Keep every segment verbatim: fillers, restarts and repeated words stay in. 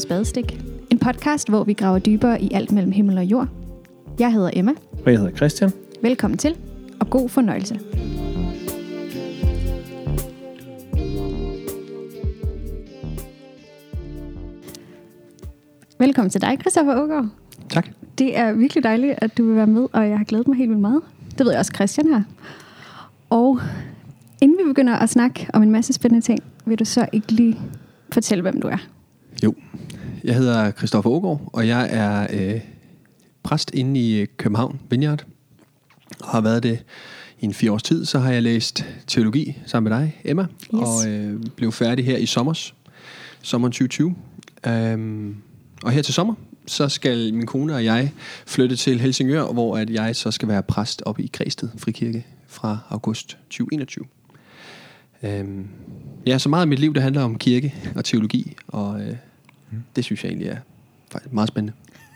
til Spadestik. En podcast, hvor vi graver dybere i alt mellem himmel og jord. Jeg hedder Emma. Og jeg hedder Christian. Velkommen til, og god fornøjelse. Velkommen til dig, Christoffer Aagaard. Tak. Det er virkelig dejligt, at du vil være med, og jeg har glædet mig helt vildt meget. Det ved jeg også, Christian her. Og inden vi begynder at snakke om en masse spændende ting, vil du så ikke lige fortælle, hvem du er? Jo, jeg hedder Christoffer Aagaard, og jeg er øh, præst inde i København Vineyard, og har været det i en fire års tid. Så har jeg læst teologi sammen med dig, Emma, yes. og øh, blev færdig her i sommers, sommeren tyve tyve. Um, og her til sommer, så skal min kone og jeg flytte til Helsingør, hvor at jeg så skal være præst oppe i Græsted Frikirke fra august tyve enogtyve. Um, ja, så meget af mit liv, det handler om kirke og teologi, og øh, mm. det synes jeg egentlig er faktisk meget spændende.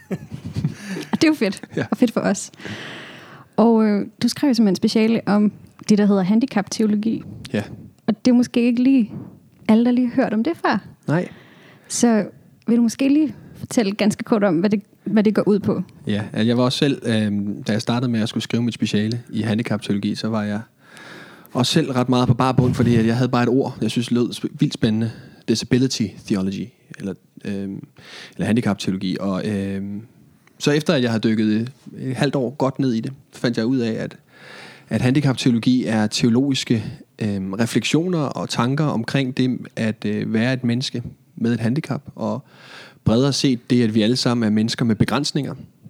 Det er jo fedt, ja. Og fedt for os. Og øh, du skrev simpelthen en speciale om det, der hedder handicapteologi. Ja. Og det er måske ikke lige alle, der lige har hørt om det før. Nej. Så vil du måske lige fortælle ganske kort om, hvad det, hvad det går ud på? Ja, jeg var også selv, øh, da jeg startede med at skulle skrive mit speciale i handicapteologi, så var jeg også selv ret meget på bar bund, fordi jeg havde bare et ord, jeg synes lød vildt spændende. Disability theology, eller, øh, eller handicapteologi. Og øh, så efter at jeg havde dykket et halvt år godt ned i det, fandt jeg ud af, at, at handicapteologi er teologiske øh, refleksioner og tanker omkring det at øh, være et menneske med et handicap, og bredere set det, at vi alle sammen er mennesker med begrænsninger.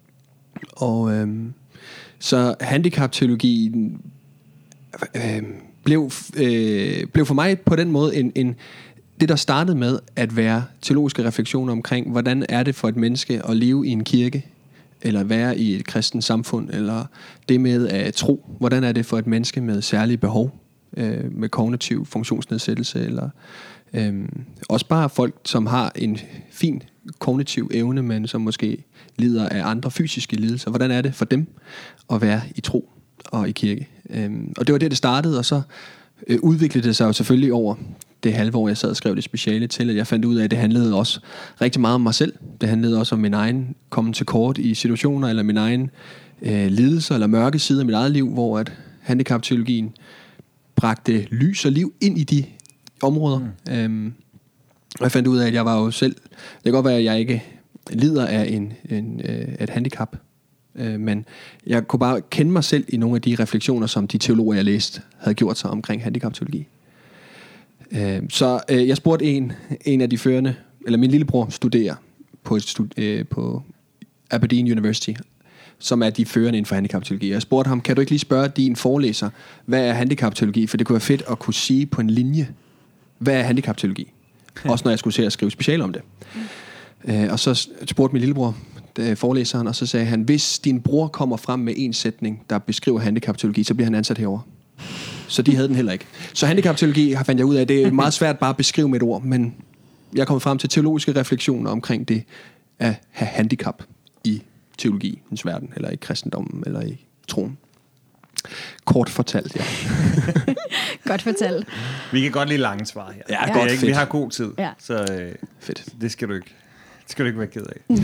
Og øh, så handicapteologi øh, blev, øh, blev for mig på den måde en, en det, der startede med at være teologiske refleksioner omkring, hvordan er det for et menneske at leve i en kirke, eller være i et kristent samfund, eller det med at tro, hvordan er det for et menneske med særlige behov, øh, med kognitiv funktionsnedsættelse, eller øh, også bare folk, som har en fin kognitiv evne, men som måske lider af andre fysiske lidelser. Hvordan er det for dem at være i tro og i kirke? Øh, og det var det, det startede, og så øh, udviklede det sig jo selvfølgelig over det halve år, jeg sad og skrev det speciale til, at jeg fandt ud af, at det handlede også rigtig meget om mig selv. Det handlede også om min egen komme til kort i situationer, eller min egen øh, lidelse, eller mørke side af mit eget liv, hvor at handicapteologien bragte lys og liv ind i de områder. Mm. Øhm, og jeg fandt ud af, at jeg var jo selv, det kan godt være, at jeg ikke lider af en, en, øh, et handicap, øh, men jeg kunne bare kende mig selv i nogle af de refleksioner, som de teologer, jeg læste, havde gjort sig omkring handicapteologi. Så øh, jeg spurgte en, en af de førende, eller min lillebror studerer på, et stud, øh, på Aberdeen University, som er de førende inden for handicapteologi. Jeg spurgte ham, kan du ikke lige spørge din forelæser, hvad er handicapteologi? For det kunne være fedt at kunne sige på en linje, hvad er handicapteologi? Ja. Også når jeg skulle se at skrive speciale om det. Mm. Øh, og så spurgte min lillebror, forelæseren, og så sagde han, hvis din bror kommer frem med en sætning, der beskriver handicapteologi, så bliver han ansat herovre. Så de havde den heller ikke. Så handicapteologi har fandt jeg ud af, det er meget svært bare at beskrive med et ord, men jeg er kommet frem til teologiske refleksioner omkring det at have handicap i teologiens verden, eller i kristendommen, eller i troen. Kort fortalt, ja. Godt fortalt. Vi kan godt lide lange svar her. Ja, ja. Godt, ikke, vi har god tid, ja. Så øh, fedt. Det skal du ikke, det skal du ikke være ked af.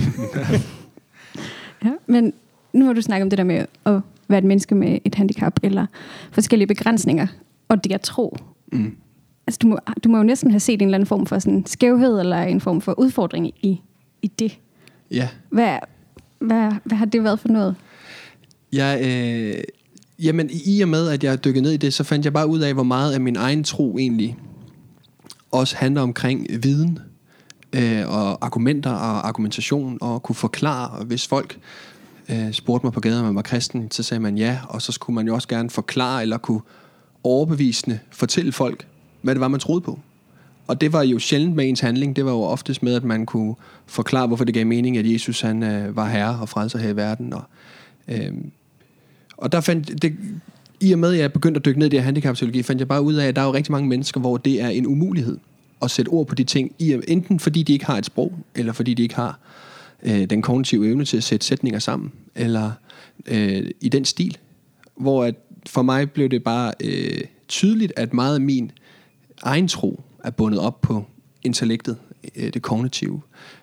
Ja, men nu har du snakket om det der med at være et menneske med et handicap, eller forskellige begrænsninger, og det at tro. Mm. Altså, du må, du må jo næsten have set en eller anden form for sådan skævhed, eller en form for udfordring i, i det. Ja. Hvad, hvad, hvad har det været for noget? Jeg, øh, jamen, i og med, at jeg dykkede ned i det, så fandt jeg bare ud af, hvor meget af min egen tro egentlig også handler omkring viden, øh, og argumenter og argumentation, og kunne forklare, hvis folk øh, spurgte mig på gaden, om man var kristen, så sagde man ja, og så skulle man jo også gerne forklare, eller kunne overbevisende fortælle folk, hvad det var, man troede på. Og det var jo sjældent med ens handling, det var jo oftest med, at man kunne forklare, hvorfor det gav mening, at Jesus han øh, var herre og frelser her i verden. Og, øh, og der fandt det, i og med, at jeg begyndte at dykke ned i det her handicapteologi, fandt jeg bare ud af, at der er jo rigtig mange mennesker, hvor det er en umulighed at sætte ord på de ting, enten fordi de ikke har et sprog, eller fordi de ikke har øh, den kognitive evne til at sætte sætninger sammen, eller øh, i den stil, hvor at for mig blev det bare øh, tydeligt, at meget af min egen tro er bundet op på intellektet, øh, det kognitive,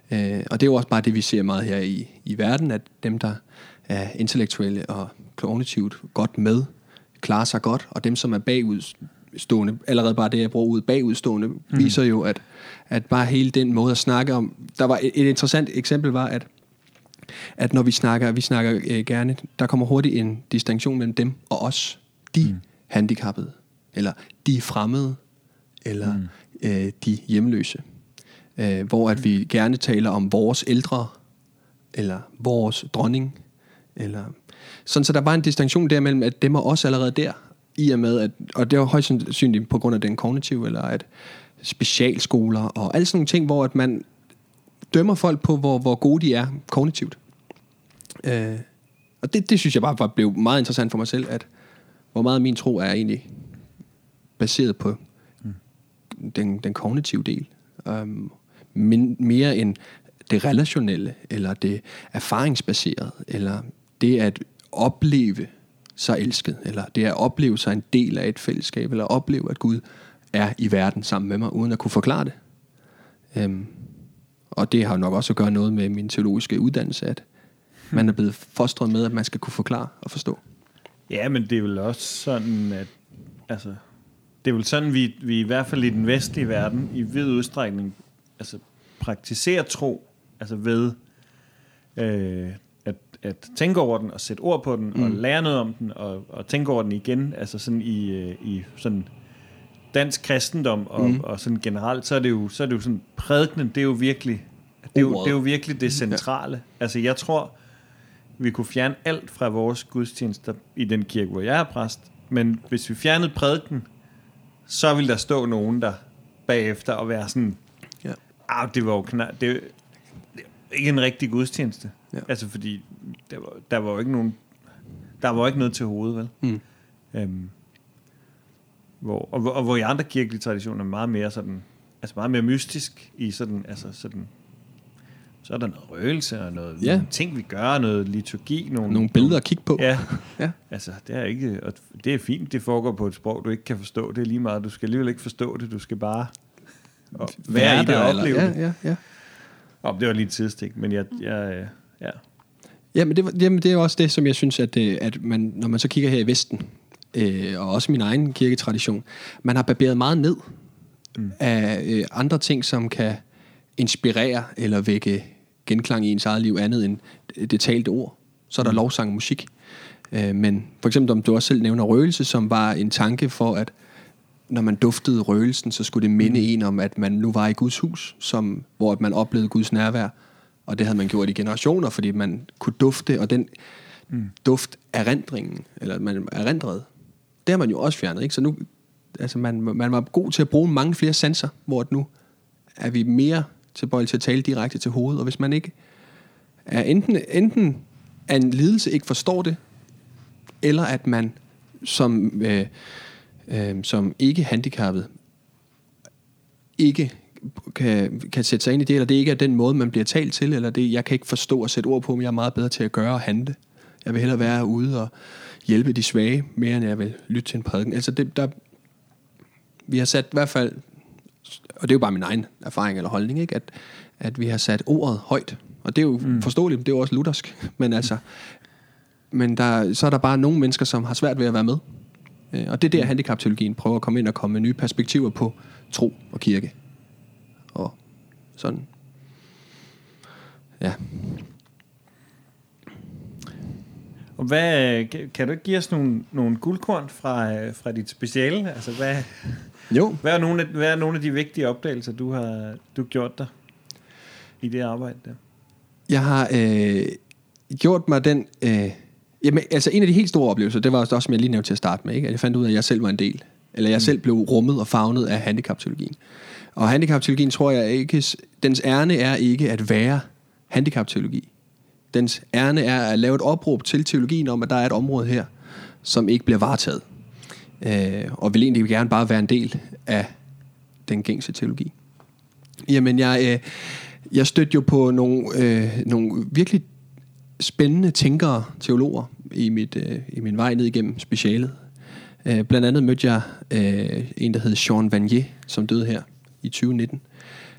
Øh, og det er jo også bare det, vi ser meget her i, i verden, at dem, der er intellektuelle og kognitivt godt med, klarer sig godt, og dem, som er bagudstående, allerede bare det, jeg bruger ud bagudstående, mm. viser jo, at, at bare hele den måde at snakke om, der var et, et interessant eksempel var, at at når vi snakker, vi snakker øh, gerne, der kommer hurtigt en distinktion mellem dem og os, de mm. handicappede, eller de fremmede, eller mm. øh, de hjemløse. Øh, hvor at vi gerne taler om vores ældre, eller vores dronning, eller sådan, så der var en distinktion der mellem, at dem og os allerede der, i og med, at, og det var højst sandsynligt på grund af den kognitive, eller at specialskoler, og alle sådan nogle ting, hvor at man dømmer folk på, hvor, hvor gode de er kognitivt. Øh, og det, det synes jeg bare var, blev meget interessant for mig selv, at hvor meget min tro er egentlig baseret på mm. den, den kognitive del. Um, men, mere end det relationelle, eller det erfaringsbaserede, eller det at opleve sig elsket, eller det at opleve sig en del af et fællesskab, eller opleve, at Gud er i verden sammen med mig, uden at kunne forklare det. Um, Og det har nok også at gøre noget med min teologiske uddannelse, at man er blevet fostret med, at man skal kunne forklare og forstå. Ja, men det er vel også sådan, at altså, det er vel sådan, vi, vi i hvert fald i den vestlige verden, i vid udstrækning, altså praktiserer tro, altså ved øh, at, at tænke over den, og sætte ord på den, mm. og lære noget om den, og, og tænke over den igen, altså sådan i, øh, i sådan dansk kristendom og, mm. og sådan generelt, så er det jo så er det jo sådan prædikenen, det er jo virkelig det er jo, det er jo virkelig det centrale. Ja. Altså jeg tror vi kunne fjerne alt fra vores gudstjenester i den kirke, hvor jeg er præst, men hvis vi fjernede prædiken, så ville der stå nogen der bagefter og være sådan, ja. ah, det var jo knald, det, det er ikke en rigtig gudstjeneste. Ja. Altså fordi der var, der var jo ikke nogen, der var ikke noget til hovedet, vel? Mm. Øhm, Hvor, og, og hvor i andre kirkelige traditioner er meget mere sådan, altså meget mere mystisk i sådan, altså sådan, så er der noget røgelse og noget, ja. nogle ting vi gør, noget liturgi, nogle, nogle billeder at kigge på. Ja, ja. Altså det er ikke, og det er fint, det foregår på et sprog du ikke kan forstå. Det er lige meget, du skal alligevel ikke forstå det, du skal bare være, være i det og opleve eller, det. Ja, ja, ja. Og det var lige et tidsstik, men jeg, jeg ja. Jamen det, jamen det er også det, som jeg synes, at, at man, når man så kigger her i Vesten, Øh, og også min egen kirketradition, man har barberet meget ned mm. af øh, andre ting, som kan inspirere eller vække genklang i ens eget liv, andet end det talte ord. Så er der mm. lovsang og musik. Øh, men for eksempel, om du også selv nævner røgelse, som var en tanke for, at når man duftede røgelsen, så skulle det minde mm. en om, at man nu var i Guds hus, som, hvor man oplevede Guds nærvær. Og det havde man gjort i generationer, fordi man kunne dufte, og den mm. duft erindringen, eller man erindrede, det har man jo også fjernet, ikke? Så nu, altså man, man var god til at bruge mange flere sanser, hvor nu er vi mere tilbøjelige til at tale direkte til hovedet, og hvis man ikke er enten, enten er en lidelse ikke forstår det, eller at man som, øh, øh, som ikke handicappet ikke kan, kan sætte sig ind i det, eller det ikke er den måde, man bliver talt til, eller det, jeg kan ikke forstå at sætte ord på, men jeg er meget bedre til at gøre og handle. Jeg vil hellere være ude og hjælpe de svage, mere end jeg vil lytte til en prædiken. Altså det, der, vi har sat i hvert fald, og det er jo bare min egen erfaring eller holdning, ikke? At, at vi har sat ordet højt. Og det er jo mm. forståeligt, det er jo også luthersk. Men altså, men der, så er der bare nogle mennesker, som har svært ved at være med. Og det er der, handicapteologien prøver at komme ind og komme med nye perspektiver på tro og kirke. Og sådan. Ja. Og hvad, kan du ikke give os nogle, nogle guldkorn fra, fra dit speciale? Altså, hvad, jo. Hvad, er nogle af, hvad er nogle af de vigtige opdagelser, du har du gjort dig i det arbejde der? Jeg har øh, gjort mig den... Øh, jamen, altså, en af de helt store oplevelser, det var også, som jeg lige nævnte til at starte med, ikke? At jeg fandt ud af, at jeg selv var en del. Eller jeg mm. selv blev rummet og favnet af handicapteologien. Og handicapteologien, tror jeg ikke... Dens ærne er ikke at være handicapteologi. Dens ærne er at lave et opråb til teologien om, at der er et område her, som ikke bliver varetaget. Øh, og vil egentlig gerne bare være en del af den gængse teologi. Jamen, jeg, øh, jeg stødte jo på nogle, øh, nogle virkelig spændende tænkere, teologer, i, mit, øh, i min vej ned igennem specialet. Øh, blandt andet mødte jeg øh, en, der hed Jean Vanier, som døde her i tyve nitten.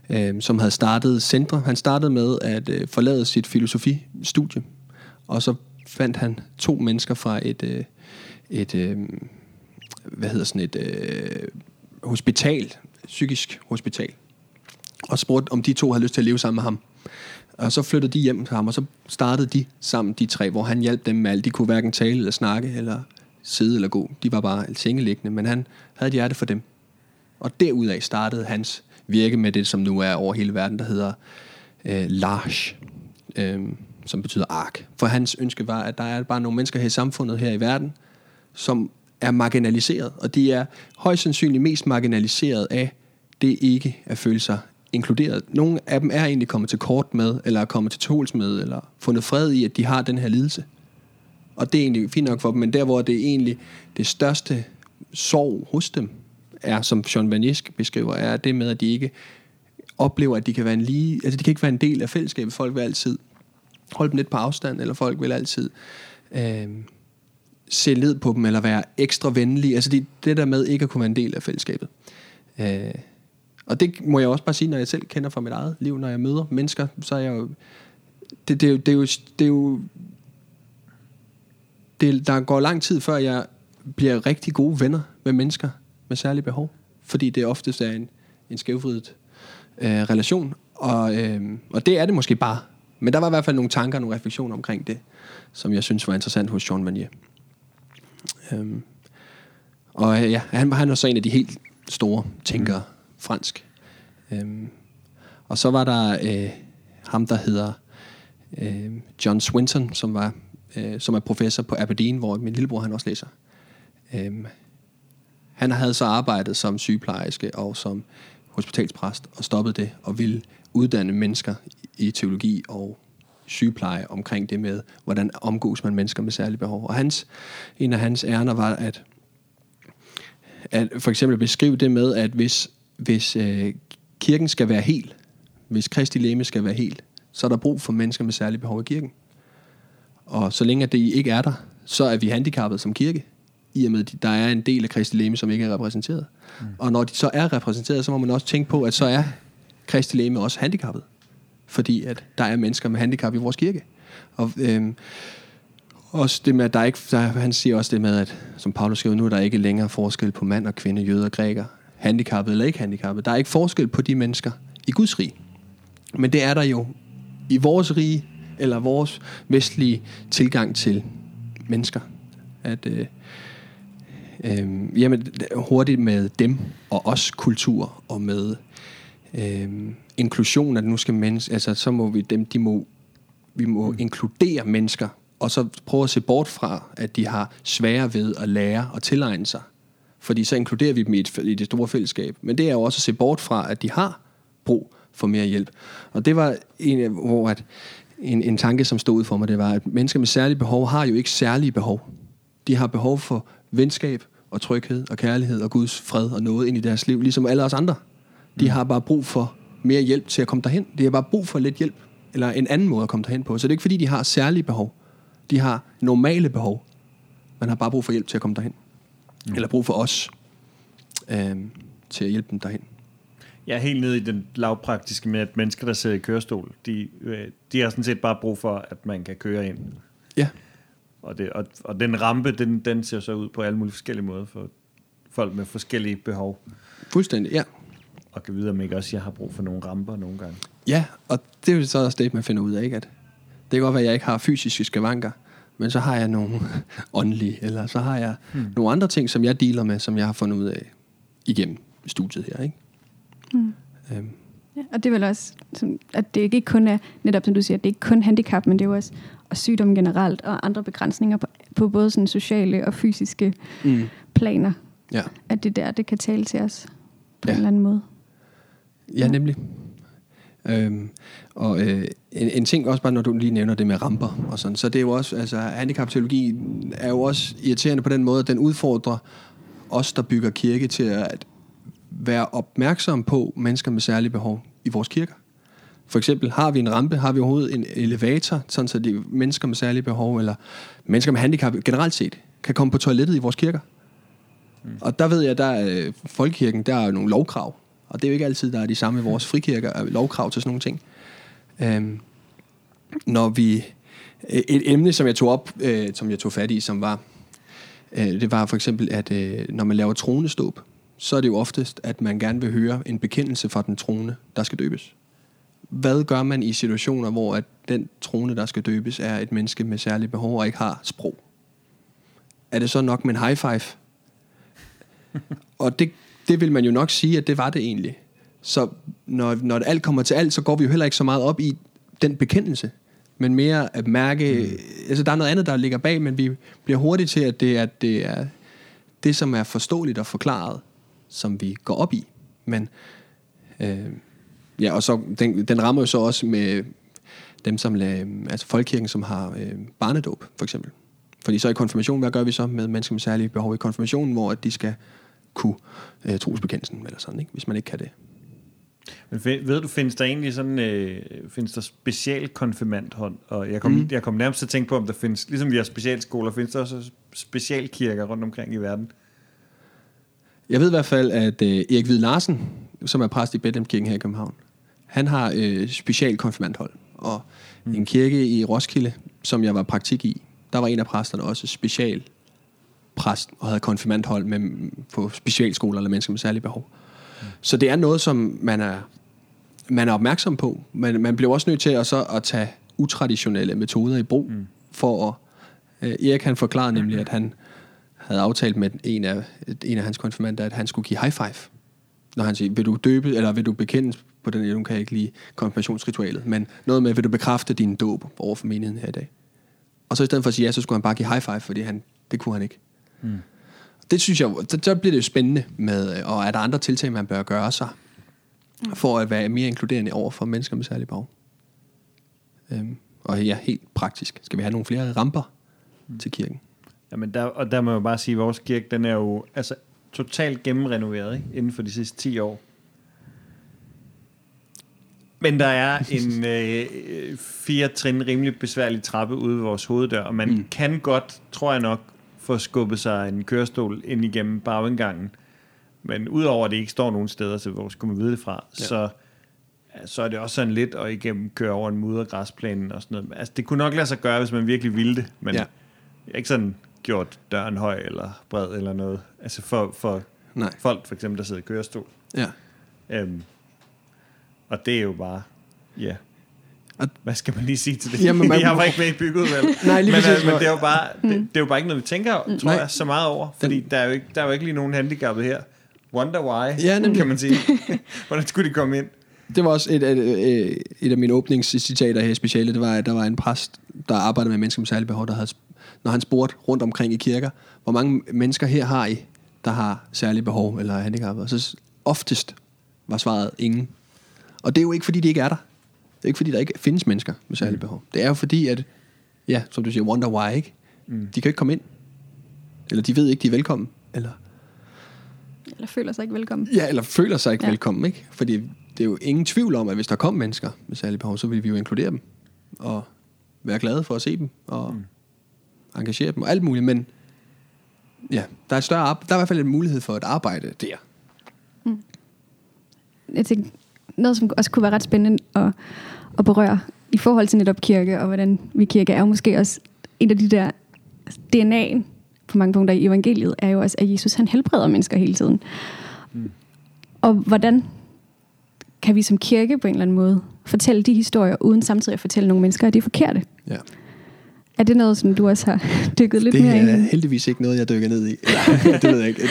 øh, som havde startet centre. Han startede med at øh, forlade sit filosofistudie, og så fandt han to mennesker fra et, øh, et øh, hvad hedder sådan et øh, hospital, psykisk hospital, og spurgte, om de to havde lyst til at leve sammen med ham. Og så flyttede de hjem til ham, og så startede de sammen, de tre, hvor han hjalp dem med alt. De kunne hverken tale eller snakke, eller sidde eller gå. De var bare sengeliggende, men han havde et hjerte for dem. Og derudaf startede hans virke med det, som nu er over hele verden, der hedder øh, L'Arche, øh, som betyder ark. For hans ønske var, at der er bare nogle mennesker her i samfundet, her i verden, som er marginaliseret, og de er højst sandsynligt mest marginaliseret af det ikke at føle sig inkluderet. Nogle af dem er egentlig kommet til kort med, eller er kommet til tåls med, eller fundet fred i, at de har den her lidelse. Og det er egentlig fint nok for dem, men der, hvor det er egentlig det største sorg hos dem, er, som Jean Vanier beskriver, er det med, at de ikke oplever, at de kan være en lige, altså de kan ikke være en del af fællesskabet. Folk vil altid holde dem lidt på afstand, eller folk vil altid øh, se ned på dem, eller være ekstra venlige. Altså det, det der med ikke at kunne være en del af fællesskabet. Øh, og det må jeg også bare sige, når jeg selv kender fra mit eget liv, når jeg møder mennesker, så er jeg jo, det, det, det er jo, det er jo, det, der går lang tid, før jeg bliver rigtig gode venner med mennesker med særlige behov, fordi det oftest er en, en skævvridet øh, relation, og, øh, og det er det måske bare. Men der var i hvert fald nogle tanker, nogle refleksioner omkring det, som jeg synes var interessant hos Jean Vanier. Øhm, og ja, han, han var så en af de helt store tænkere, mm. fransk. Øhm, og så var der øh, ham, der hedder øh, John Swinton, som var øh, som er professor på Aberdeen, hvor min lillebror han også læser. Øhm, han havde så arbejdet som sygeplejerske og som hospitalspræst og stoppede det og ville uddanne mennesker i teologi og sygepleje omkring det med, hvordan omgås man mennesker med særlige behov. Og hans, en af hans ærner var at, at for eksempel beskrive det med, at hvis, hvis øh, kirken skal være hel, hvis Kristi legeme skal være hel, så er der brug for mennesker med særlige behov i kirken. Og så længe at det ikke er der, så er vi handicappede som kirke, i og med at der er en del af Kristi legeme, som ikke er repræsenteret. Mm. Og når de så er repræsenteret, så må man også tænke på, at så er Kristi legeme også handicappet, fordi at der er mennesker med handicap i vores kirke. Og øhm, også det med, at der ikke, der, han siger også det med, at som Paulus skriver nu, er der ikke længere forskel på mand og kvinde, jøder og græker, handicappet eller ikke handicappet. Der er ikke forskel på de mennesker i Guds rige. Men det er der jo i vores rige, eller vores vestlige tilgang til mennesker. At øh, øh, jamen, hurtigt med dem og os kultur, og med øh, inklusion, at nu skal mennesker, altså så må vi dem, de må, vi må mm. inkludere mennesker, og så prøve at se bort fra, at de har svære ved at lære og tilegne sig. Fordi så inkluderer vi dem i, et, i det store fællesskab. Men det er jo også at se bort fra, at de har brug for mere hjælp. Og det var en, hvor at en, en tanke, som stod ud for mig, det var, at mennesker med særlige behov har jo ikke særlige behov. De har behov for venskab og tryghed og kærlighed og Guds fred og noget ind i deres liv, ligesom alle os andre. De har bare brug for mere hjælp til at komme derhen. De har bare brug for lidt hjælp, eller en anden måde at komme derhen på. Så det er ikke fordi, de har særlige behov. De har normale behov. Man har bare brug for hjælp til at komme derhen. Mm. Eller brug for os øh, til at hjælpe dem derhen. Jeg er helt nede i den lavpraktiske med, at mennesker, der sidder i kørestol, de, de har sådan set bare brug for, at man kan køre ind. Ja. Og, det, og, og den rampe, den, den ser så ud på alle mulige forskellige måder for folk med forskellige behov. Fuldstændig, ja. Og kan vide, om ikke også jeg har brug for nogle ramper nogle gange. Ja, og det er jo så også det, man finder ud af, ikke? At det kan godt være, at jeg ikke har fysiske skavanker, men så har jeg nogle åndelige, eller så har jeg hmm. nogle andre ting, som jeg dealer med, som jeg har fundet ud af igennem studiet her, ikke? Hmm. Øhm. Ja, og det er vel også, at det ikke kun er, netop som du siger, at det ikke kun handicap, men det er jo også og sygdom generelt, og andre begrænsninger på, på både sådan sociale og fysiske mm. planer. Ja. At det der, det kan tale til os på ja. en eller anden måde. Ja, nemlig. Øhm, og øh, en, en ting også bare, når du lige nævner det med ramper og sådan, så det er jo også, altså handicapteologi er jo også irriterende på den måde, at den udfordrer os, der bygger kirke, til at være opmærksom på mennesker med særlige behov i vores kirker. For eksempel, har vi en rampe, har vi overhovedet en elevator, sådan så de mennesker med særlige behov, eller mennesker med handicap generelt set, kan komme på toilettet i vores kirker. Mm. Og der ved jeg, der er folkekirken, der er jo nogle lovkrav Og det er jo ikke altid, der er de samme i vores frikirker og lovkrav til sådan nogle ting. Øhm, når vi... Et emne, som jeg tog op, øh, som jeg tog fat i, som var... Øh, det var for eksempel, at øh, når man laver troneståb, så er det jo oftest, at man gerne vil høre en bekendelse fra den trone, der skal døbes. Hvad gør man i situationer, hvor at den trone, der skal døbes, er et menneske med særlige behov og ikke har sprog? Er det så nok med en high five? Og det, det vil man jo nok sige, at det var det egentlig. Så når, når alt kommer til alt, så går vi jo heller ikke så meget op i den bekendelse, men mere at mærke, mm. altså der er noget andet, der ligger bag, men vi bliver hurtigt til, at det er det, er det som er forståeligt og forklaret, som vi går op i. Men øh, ja, og så den, den rammer jo så også med dem, som lader, altså folkekirken, som har øh, barnedåb, for eksempel. Fordi så i konfirmation, hvad gør vi så med mennesker med særlige behov i konfirmationen, hvor at de skal kunne øh, trosbekendelsen, eller sådan, ikke? Hvis man ikke kan det. Men ved du, findes der egentlig sådan, øh, findes der specialkonfirmandhold? Og jeg kom, mm. jeg kom nærmest til at tænke på, om der findes, ligesom vi har specialskoler, findes der også specialkirker rundt omkring i verden? Jeg ved i hvert fald, at øh, Erik Hvid Larsen, som er præst i Bethlehemkirken her i København, han har øh, specialkonfirmandhold. Og mm. en kirke i Roskilde, som jeg var praktik i, der var en af præsterne også specialpræst og havde konfirmandhold med, på specialskoler eller mennesker med særlige behov. Mm. Så det er noget, som man er, man er opmærksom på. Men man bliver også nødt til at, så, at tage utraditionelle metoder i brug. Mm. For at, øh, Erik han forklarede nemlig, at han havde aftalt med en af, en af hans konfirmander, at han skulle give high five. Når han siger, vil du døbe, eller vil du bekendes på den, nu kan jeg ikke lide konfirmationsritualet, men noget med, vil du bekræfte din dåb over for menigheden her i dag? Og så i stedet for at sige ja, så skulle han bare give high five, fordi han, det kunne han ikke. Mm. Det synes jeg, så, så bliver det jo spændende med, og er der andre tiltag, man bør gøre sig, mm. for at være mere inkluderende over for mennesker med særlige behov. Øhm, og ja, helt praktisk. Skal vi have nogle flere ramper mm. til kirken? Jamen der, og der må jeg jo bare sige, at vores kirke, den er jo altså totalt gennemrenoveret, ikke? Inden for de sidste ti år. Men der er en øh, fire trin rimelig besværlig trappe ude ved vores hoveddør, og man mm. kan godt, tror jeg nok, få skubbet sig en kørestol ind igennem bagindgangen. Men udover at det ikke står nogen steder, så hvor skal man vide det fra, ja. så, så er det også sådan lidt at igennem køre over en muddergræsplænen og sådan noget. Altså det kunne nok lade sig gøre, hvis man virkelig ville det, men ja. ikke sådan gjort døren høj eller bred eller noget. Altså for, for folk for eksempel, der sidder i kørestol. Ja. Øhm, og det er jo bare, ja. Hvad skal man lige sige til det? Jamen, man, jeg var ikke med i byggeudvalget. Nej, lige men, præcis, men det er jo bare, det, det er jo bare ikke noget, vi tænker, tror Nej. jeg, så meget over. Fordi der er, jo ikke, der er jo ikke lige nogen handicappede her. Wonder why, ja, kan man sige. Hvordan skulle de komme ind? Det var også et, et, et, et af mine åbningscitater her i speciale. Det var, at der var en præst, der arbejdede med mennesker med særlige behov, der havde, når han spurgte rundt omkring i kirker, hvor mange mennesker her har I, der har særlige behov eller handicappede. Og så oftest var svaret ingen. Og det er jo ikke, fordi de ikke er der. Det er ikke, fordi der ikke findes mennesker med særlige mm. behov. Det er jo fordi, at, ja, som du siger, wonder why, ikke? Mm. De kan ikke komme ind. Eller de ved ikke, de er velkommen. Eller, eller føler sig ikke velkommen. Ja, eller føler sig ikke ja. velkommen, ikke? Fordi det er jo ingen tvivl om, at hvis der kom mennesker med særlige behov, så ville vi jo inkludere dem. Og være glade for at se dem. Og mm. engagere dem og alt muligt. Men ja, der er, et større, der er i hvert fald en mulighed for at arbejde der. Mm. Jeg tænker, noget som også kunne være ret spændende at, at berøre i forhold til netop kirke og hvordan vi kirke er jo måske også en af de der D N A'en på mange punkter i evangeliet er jo også, at Jesus han helbreder mennesker hele tiden. Mm. Og hvordan kan vi som kirke på en eller anden måde fortælle de historier uden samtidig at fortælle nogle mennesker, at de er forkerte? Ja. Er det noget, som du også har dykket lidt det mere i? Det er heldigvis ikke noget, jeg dykker ned i. Det ved jeg ikke.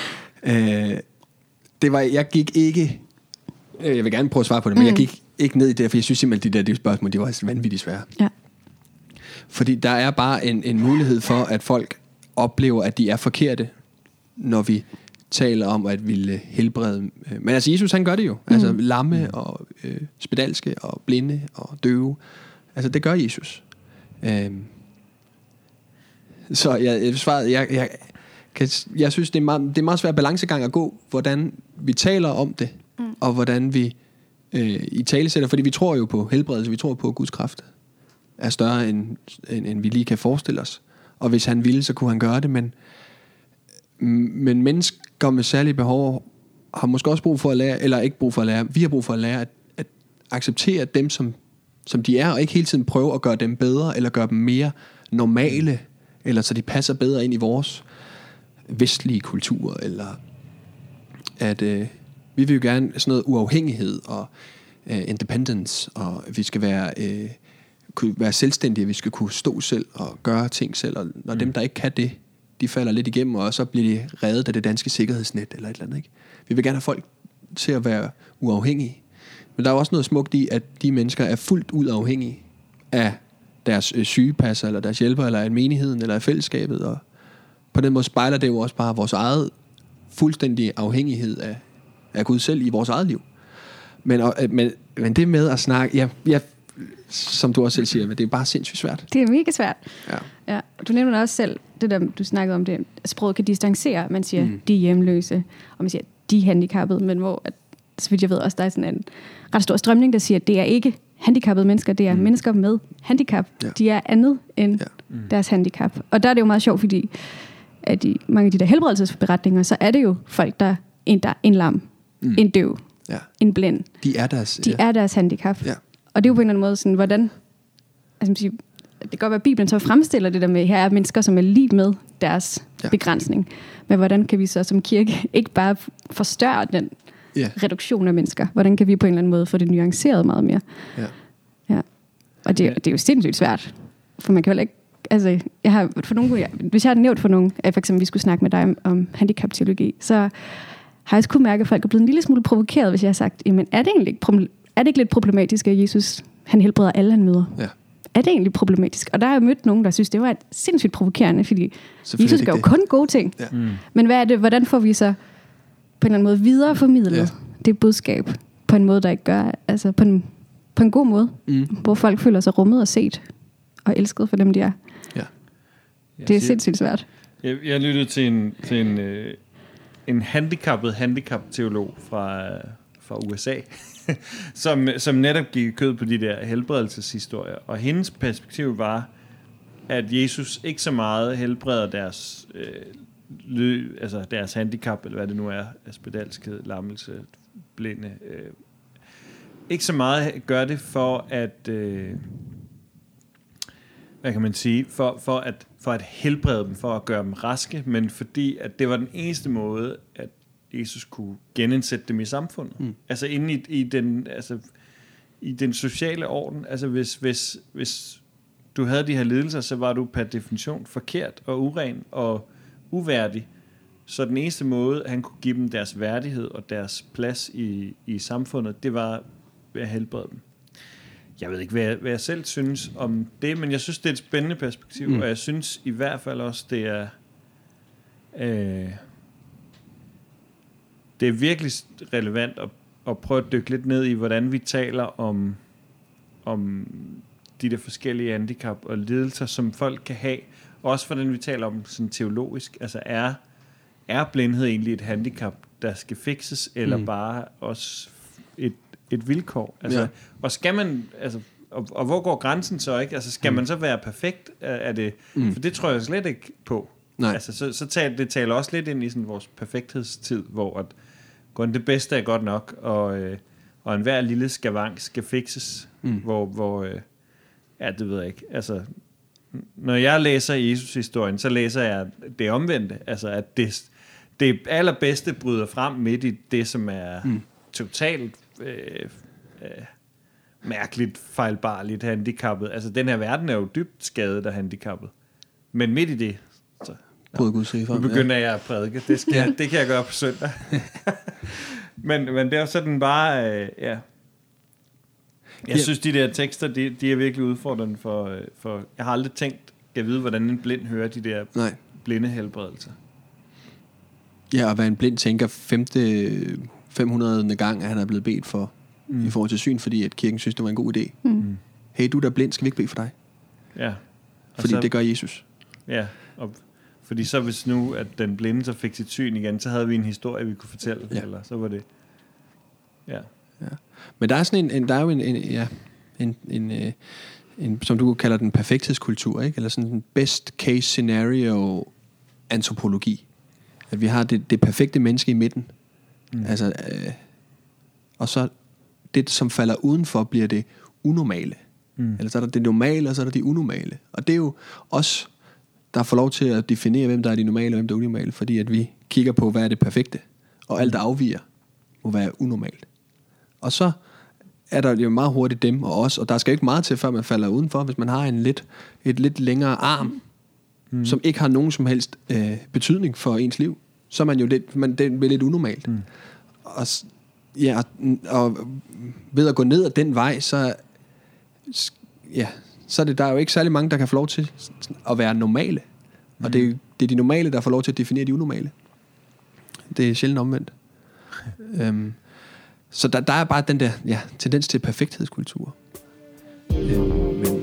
Det, øh, det var, jeg gik ikke... Jeg vil gerne prøve at svare på det, men mm. jeg gik ikke ned i det, for jeg synes simpelthen, de der de spørgsmål, de var vanvittigt svære. Ja. Fordi der er bare en, en mulighed for, at folk oplever, at de er forkerte, når vi taler om at ville helbrede. Men altså, Jesus han gør det jo. Mm. Altså lamme og øh, spedalske og blinde og døve. Altså, det gør Jesus. Øhm. Så jeg, jeg svarede, jeg, jeg, kan, jeg synes, det er, meget, det er meget svært balancegang at gå, hvordan vi taler om det, mm. og hvordan vi øh, i tale sætter, fordi vi tror jo på helbredelse, vi tror på, at Guds kraft er større, end, end, end vi lige kan forestille os. Og hvis han ville, så kunne han gøre det, men, men mennesker med særlige behov har måske også brug for at lære, eller ikke brug for at lære, vi har brug for at lære at, at acceptere dem, som, som de er, og ikke hele tiden prøve at gøre dem bedre, eller gøre dem mere normale, eller så de passer bedre ind i vores vestlige kultur, eller at øh, vi vil jo gerne sådan noget uafhængighed og øh, independence, og vi skal være, øh, kunne være selvstændige, vi skal kunne stå selv og gøre ting selv, og når mm. dem, der ikke kan det, de falder lidt igennem, og så bliver de reddet af det danske sikkerhedsnet, eller et eller andet, ikke? Vi vil gerne have folk til at være uafhængige, men der er også noget smukt i, at de mennesker er fuldt ud afhængige af deres øh, sygepasser, eller deres hjælper, eller af menigheden, eller af fællesskabet, og på den måde spejler det jo også bare vores eget fuldstændig afhængighed af, af Gud selv i vores eget liv. Men, og, men, men det med at snakke, ja, ja, som du også selv siger, det er bare sindssygt svært. Det er mega svært. Ja. Ja. Du nævner også selv, det der, du snakkede om det, at sproget kan distancere. Man siger, Mm. de er hjemløse, og man siger, de er handicappede, men hvor, at, så vidt jeg ved også, der er sådan en ret stor strømning, der siger, at det er ikke handicappede mennesker, det er mm. mennesker med handicap. Ja. De er andet end Ja. mm. deres handicap. Og der er det jo meget sjovt, fordi at i mange af de der helbredelsesberetninger, så er det jo folk, der en, der er en lam, mm. en døv, Ja. en blind. De er deres, De ja. er deres handicap. Ja. Og det er jo på en eller anden måde sådan, hvordan... Altså, man siger, det kan godt være, at Bibelen så fremstiller det der med, her er mennesker, som er lige med deres Ja. begrænsning. Men hvordan kan vi så som kirke ikke bare forstørre den Ja. reduktion af mennesker? Hvordan kan vi på en eller anden måde få det nuanceret meget mere? Ja. Ja. Og det, Ja. det er jo sindssygt svært. For man kan jo ikke... Altså, jeg har for nogle, jeg, hvis jeg har nævnt for nogen, at for eksempel vi skulle snakke med dig om, om handicapteologi, så har jeg også kunne mærke, at folk er blevet en lille smule provokeret, hvis jeg har sagt, jamen er det egentlig ikke, problem, er det ikke lidt problematisk, at Jesus han helbreder alle, han møder? Ja. Er det egentlig problematisk? Og der har jeg mødt nogen, der synes, det var sindssygt provokerende, fordi Selvfølgelig Jesus ikke gør jo det. kun gode ting. Ja. Mm. Men hvad er det, hvordan får vi så på en eller anden måde videreformidlet Ja. det budskab på en måde, der ikke gør, altså på en, på en god måde, Mm. hvor folk føler sig rummet og set og elsket for dem, de er. Ja. Det er sindssygt svært. Jeg, jeg lyttede til en, til en, øh, en handicappet handicapteolog fra, fra U S A, som, som netop gik i kød på de der helbredelseshistorier. Og hendes perspektiv var, at Jesus ikke så meget helbreder deres, øh, lø, altså deres handicap, eller hvad det nu er, spedalskhed, lammelse, blinde. Øh, ikke så meget gør det for at... Øh, hvad kan man sige, for, for, at, for at helbrede dem, for at gøre dem raske, men fordi at det var den eneste måde, at Jesus kunne genindsætte dem i samfundet. Mm. Altså inde i, i, den, altså, i den sociale orden. Altså hvis, hvis, hvis du havde de her lidelser, så var du per definition forkert og uren og uværdig. Så den eneste måde, han kunne give dem deres værdighed og deres plads i, i samfundet, det var ved at helbrede dem. Jeg ved ikke, hvad jeg, hvad jeg selv synes om det, men jeg synes, det er et spændende perspektiv, mm. og jeg synes i hvert fald også, det er øh, det er virkelig relevant at, at prøve at dykke lidt ned i, hvordan vi taler om, om de der forskellige handicap og lidelser, som folk kan have. Også hvordan vi taler om sådan teologisk. Altså er, er blindhed egentlig et handicap, der skal fikses, eller mm. bare også et et vilkår. Altså, ja. Og skal man, altså, og, og hvor går grænsen så, ikke? Altså, skal mm. man så være perfekt af det? Mm. For det tror jeg slet ikke på. Nej. Altså, så, så taler, det taler også lidt ind i sådan vores perfekthedstid, hvor at, kun det bedste er godt nok, og, øh, og enhver lille skavank skal fikses, mm. hvor, hvor øh, ja, det ved jeg ikke. Altså, når jeg læser Jesus-historien, så læser jeg det omvendte. Altså, at det, det allerbedste bryder frem midt i det, som er mm. totalt Øh, øh, mærkeligt, fejlbarligt, handicappet. Altså, den her verden er jo dybt skadet og handicappet. Men midt i det, så Brød Guds rige frem. nu begynder ja. jeg at prædike. Det, skal jeg, det kan jeg gøre på søndag. men, men det er jo sådan bare, øh, ja. Jeg Ja. synes, de der tekster, de, de er virkelig udfordrende for, for... Jeg har aldrig tænkt, at vide, hvordan en blind hører de der Nej. blinde helbredelser. Ja, og hvad en blind tænker femte, femhundrede gang, at han er blevet bedt for mm. i forhold til syn, fordi at kirken synes, det var en god idé. Mm. Hey, du der er blind, skal vi ikke bede for dig? Ja. Og Fordi så, det gør Jesus. Ja, og fordi så hvis nu, at den blinde så fik sit syn igen, så havde vi en historie, vi kunne fortælle, Ja. eller så var det... Ja. Ja. Men der er sådan en, en der er jo en, en ja, en, en, en, en, som du kalder den perfekthedskultur, ikke? Eller sådan en best case scenario antropologi. At vi har det, det perfekte menneske i midten, Mm. Altså, øh, og så det, som falder udenfor, bliver det unormale. Mm. Eller så er der det normale, og så er der det unormale. Og det er jo os, der får lov til at definere, hvem der er de normale, og hvem der er unormale, fordi at vi kigger på, hvad er det perfekte. Og alt, der afviger, må være unormalt. Og så er der jo meget hurtigt dem og os, og der skal ikke meget til, før man falder udenfor, hvis man har en lidt, et lidt længere arm, mm. som ikke har nogen som helst øh, betydning for ens liv, så er man jo lidt, man, det er lidt unormalt. Mm. Og, ja, og ved at gå ned ad den vej, så, ja, så er det, der er jo ikke særlig mange, der kan få lov til at være normale. Mm. Og det er, det er de normale, der får lov til at definere de unormale. Det er sjældent omvendt. øhm, Så der, der er bare den der ja, tendens til perfekthedskultur. Øh, men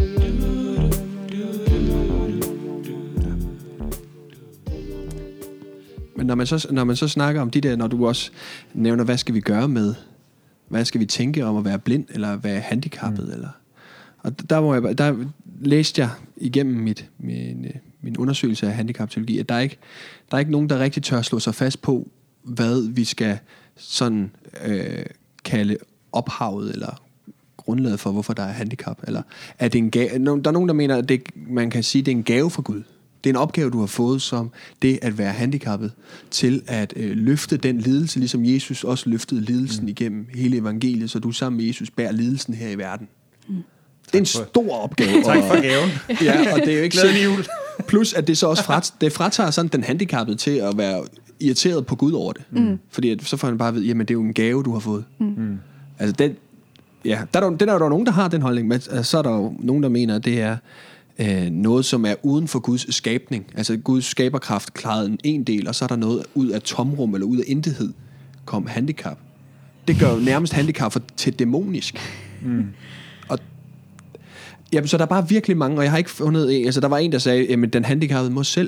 men når man, så, når man så snakker om de der, når du også nævner, hvad skal vi gøre med, hvad skal vi tænke om at være blind, eller være handicappet, mm. eller, og der, hvor jeg, der læste jeg igennem mit, min, min undersøgelse af handicapteologi, at der er, ikke, der er ikke nogen, der rigtig tør slå sig fast på, hvad vi skal sådan øh, kalde ophavet eller grundlaget for, hvorfor der er handicap. Eller er det en gave? Der er nogen, der mener, at det, man kan sige, at det er en gave fra Gud. Det er en opgave, du har fået som det at være handicappet, til at øh, løfte den lidelse, ligesom Jesus også løftede lidelsen mm. igennem hele evangeliet, så du sammen med Jesus bærer lidelsen her i verden. Mm. Det er en stor opgave. Tak for gaven. Ja, og det er jo ikke så, plus at det så også frat, det fratager sådan den handicappede til at være irriteret på Gud over det. Mm. Fordi at, så får han bare at vide, jamen det er jo en gave, du har fået. Mm. Altså den, ja, der er, der, der er der nogen, der har den holdning, men altså, så er der jo nogen, der mener, at det er øh, noget, som er uden for Guds skabning. Altså Guds skaberkraft klarede en, en del, og så er der noget ud af tomrum, eller ud af intethed, kom handicap. Det gør jo nærmest handicap for, til dæmonisk. Mm. Og jamen, så der er bare virkelig mange, og jeg har ikke fundet en, altså der var en, der sagde, at den handicappede må selv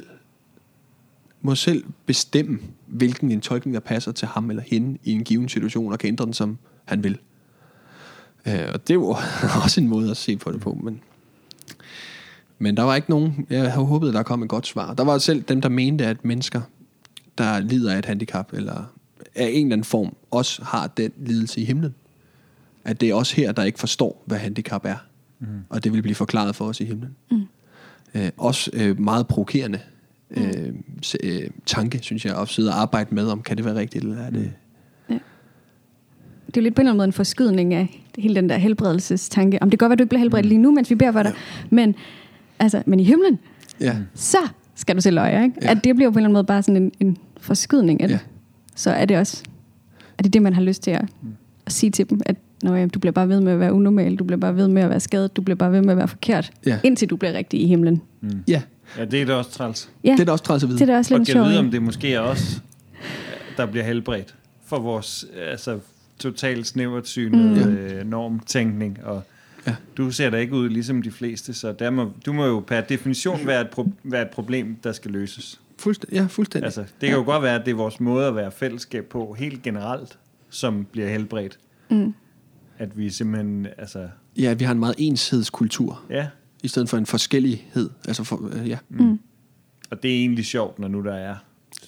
må selv bestemme, hvilken en tolkning, der passer til ham eller hende i en given situation, og kan ændre den, som han vil. Øh, og det er jo også en måde at se på det på. Men, men der var ikke nogen, jeg havde håbet, at der kom et godt svar. Der var selv dem, der mente, at mennesker, der lider af et handicap, eller af en eller anden form, også har den lidelse i himlen. At det er også her, der ikke forstår, hvad handicap er. Mm. Og det vil blive forklaret for os i himlen. Mm. Øh, også øh, meget provokerende Mm. Øh, øh, tanke, synes jeg, at sidde og arbejde med, om kan det være rigtigt, eller er det... Ja. Det er jo lidt på en eller anden måde en forskydning af hele den der helbredelsestanke. Om det kan godt være, at du ikke bliver helbredt lige nu, mens vi beder for dig, ja. men, altså, men i himlen, ja. så skal du se løje, ikke? Ja. At det bliver på en eller anden måde bare sådan en, en forskydning af det. Ja. Så er det også, er det det, man har lyst til at, at sige til dem, at Nå, ja, du bliver bare ved med at være unormal, du bliver bare ved med at være skadet, du bliver bare ved med at være forkert, ja. indtil du bliver rigtig i himlen. Mm. Ja. Ja, det er da også træls. Ja. Det er da også træls at vide. Det er da også lidt og sjovt. Og vide, om det måske er os, der bliver helbredt for vores altså, totalt snævertsynede mm. øh, normtænkning. Og ja. du ser da ikke ud ligesom de fleste, så der må, du må jo per definition være et, pro- være et problem, der skal løses. Fuldstændig. Ja, fuldstændig. Altså, det kan ja. jo godt være, at det er vores måde at være fællesskab på, helt generelt, som bliver helbredt. Mm. At vi simpelthen, altså... Ja, at vi har en meget enhedskultur. Ja. I stedet for en forskellighed. Altså for, øh, ja. Mm. Og det er egentlig sjovt, når nu der er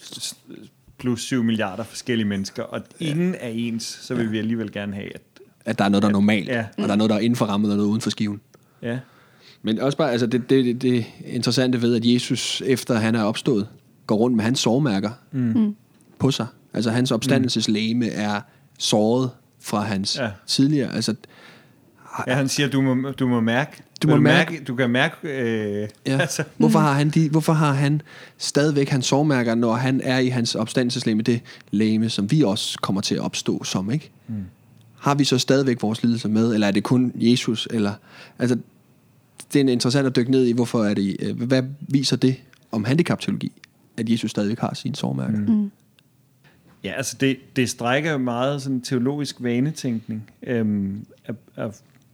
plus syv milliarder forskellige mennesker, og ingen er ens, så vil ja. vi alligevel gerne have, at... At der er noget, der er normalt, ja. og der er noget, der er inden for rammet, og noget uden for skiven. Ja. Men også bare, altså det, det, det interessante ved, at Jesus, efter han er opstået, går rundt med hans sårmærker mm. på sig. Altså hans opstandelseslegeme er såret fra hans ja. tidligere, altså... Ja, han siger, du må, du må mærke. Du må du mærke. mærke. Du kan mærke. Øh, ja. altså. Hvorfor har han de? Hvorfor har han stadigvæk hans sårmærker, når han er i hans opstandelseslegeme, det legeme, som vi også kommer til at opstå som, ikke? Mm. Har vi så stadigvæk vores lidelser med, eller er det kun Jesus? Eller altså, det er interessant at dykke ned i, hvorfor er det? Hvad viser det om handicapteologi, at Jesus stadigvæk har sine sårmærker? Mm. Mm. Ja, altså det, det strækker jo meget sådan teologisk vanetænkning. Øhm, af, af